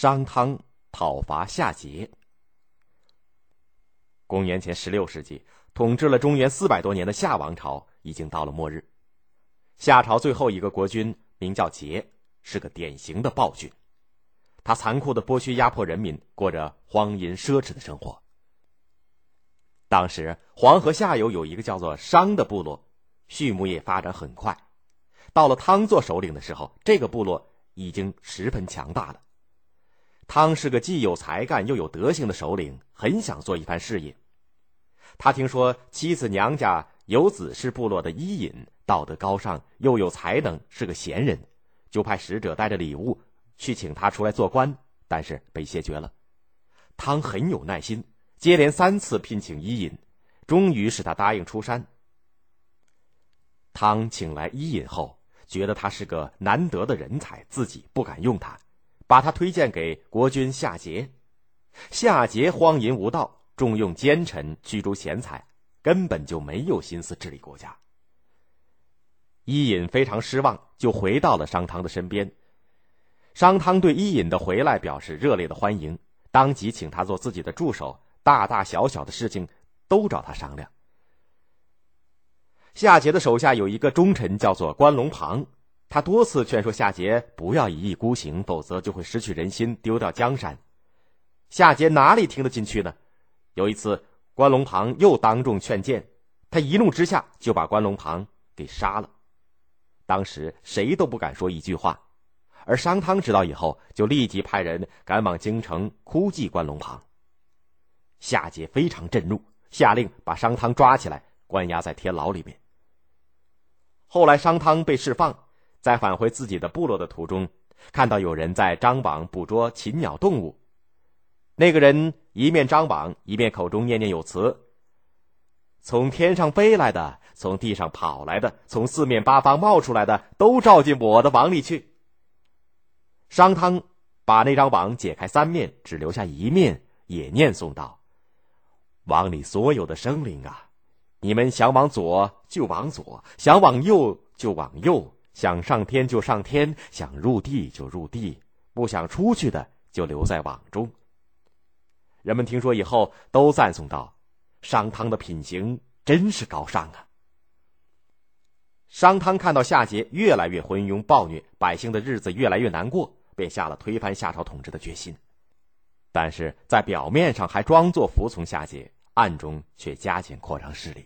商汤讨伐夏桀。公元前16世纪，统治了中原400多年的夏王朝已经到了末日。夏朝最后一个国君名叫桀，是个典型的暴君。他残酷地剥削压迫人民，过着荒淫奢侈的生活。当时黄河下游有一个叫做商的部落，畜牧业发展很快。到了汤做首领的时候，这个部落已经十分强大了。汤是个既有才干又有德行的首领，很想做一番事业。他听说妻子娘家有子是部落的伊尹，道德高尚又有才能，是个贤人，就派使者带着礼物去请他出来做官，但是被谢绝了。汤很有耐心，接连3次聘请伊尹，终于使他答应出山。汤请来伊尹后，觉得他是个难得的人才，自己不敢用他，把他推荐给国君夏桀。夏桀荒淫无道，重用奸臣，驱逐贤才，根本就没有心思治理国家。伊尹非常失望，就回到了商汤的身边。商汤对伊尹的回来表示热烈的欢迎，当即请他做自己的助手，大大小小的事情都找他商量。夏桀的手下有一个忠臣叫做关龙庞，他多次劝说夏桀不要一意孤行，否则就会失去人心，丢掉江山。夏桀哪里听得进去呢？有一次关龙庞又当众劝谏，他一怒之下就把关龙庞给杀了。当时谁都不敢说一句话，而商汤知道以后，就立即派人赶往京城哭祭关龙庞。夏桀非常震怒，下令把商汤抓起来，关押在天牢里面。后来商汤被释放，在返回自己的部落的途中，看到有人在张网捕捉禽鸟动物。那个人一面张网，一面口中念念有词：从天上飞来的，从地上跑来的，从四面八方冒出来的，都照进我的网里去。商汤把那张网解开3面，只留下1面，也念诵道：网里所有的生灵啊，你们想往左就往左，想往右就往右，想上天就上天，想入地就入地，不想出去的就留在网中。人们听说以后都赞颂道：商汤的品行真是高尚啊。商汤看到夏桀越来越昏庸暴虐，百姓的日子越来越难过，便下了推翻夏朝统治的决心。但是在表面上还装作服从夏桀，暗中却加紧扩张势力。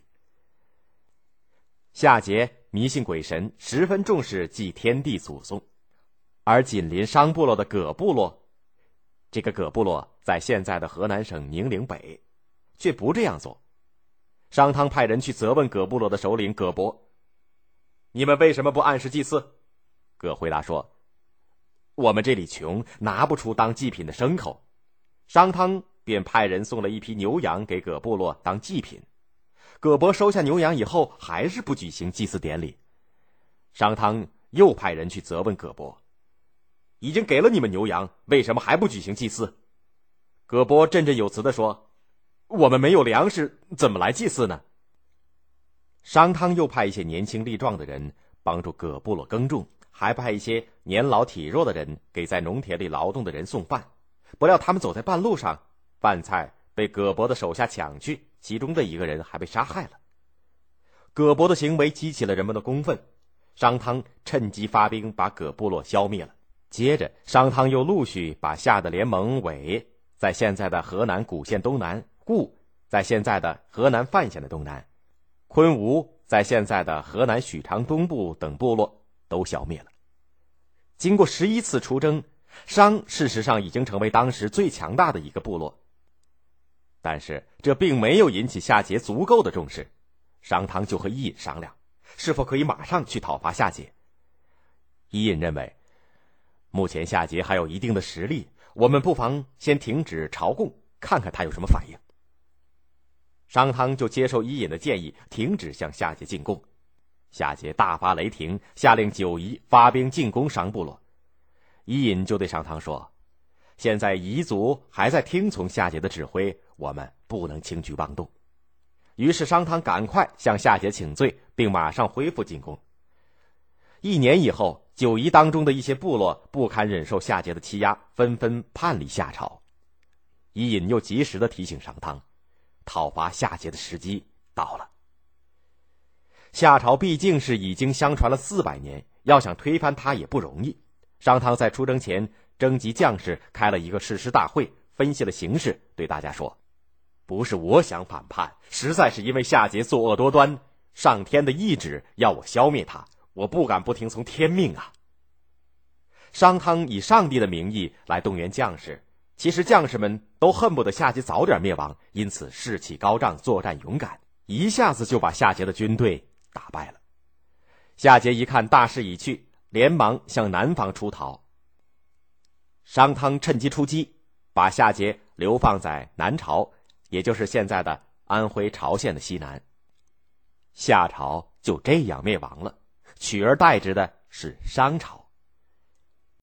夏桀迷信鬼神，十分重视祭天地祖宗，而紧邻商部落的葛部落，这个葛部落在现在的河南省宁陵北，却不这样做。商汤派人去责问葛部落的首领葛伯：你们为什么不按时祭祀？葛回答说：我们这里穷，拿不出当祭品的牲口。商汤便派人送了一批牛羊给葛部落当祭品。葛伯收下牛羊以后，还是不举行祭祀典礼。商汤又派人去责问葛伯：已经给了你们牛羊，为什么还不举行祭祀？葛伯振振有词地说：我们没有粮食，怎么来祭祀呢？商汤又派一些年轻力壮的人帮助葛部落耕种，还派一些年老体弱的人给在农田里劳动的人送饭。不料他们走在半路上，饭菜被葛伯的手下抢去，其中的一个人还被杀害了。葛伯的行为激起了人们的公愤，商汤趁机发兵把葛部落消灭了。接着商汤又陆续把夏的联盟韦在现在的河南谷县东南，固在现在的河南范县的东南，昆吾在现在的河南许昌东部等部落都消灭了。经过11次出征，商事实上已经成为当时最强大的一个部落。但是这并没有引起夏桀足够的重视，商汤就和伊尹商量，是否可以马上去讨伐夏桀。伊尹认为，目前夏桀还有一定的实力，我们不妨先停止朝贡，看看他有什么反应。商汤就接受伊尹的建议，停止向夏桀进贡。夏桀大发雷霆，下令九夷发兵进攻商部落。伊尹就对商汤说：现在夷族还在听从夏桀的指挥，我们不能轻举妄动。于是商汤赶快向夏桀请罪，并马上恢复进攻。1年以后， 九夷当中的一些部落不堪忍受夏桀的欺压，纷纷叛离夏朝。伊尹又及时地提醒商汤，讨伐夏桀的时机到了。夏朝毕竟是已经相传了400年，要想推翻它也不容易。商汤在出征前征集将士，开了一个誓师大会，分析了形势，对大家说，不是我想反叛，实在是因为夏桀作恶多端，上天的懿旨要我消灭他，我不敢不听从天命啊。商汤以上帝的名义来动员将士，其实将士们都恨不得夏桀早点灭亡，因此士气高涨，作战勇敢，一下子就把夏桀的军队打败了。夏桀一看大势已去，连忙向南方出逃。商汤趁机出击，把夏桀流放在南朝，也就是现在的安徽巢县的西南。夏朝就这样灭亡了，取而代之的是商朝。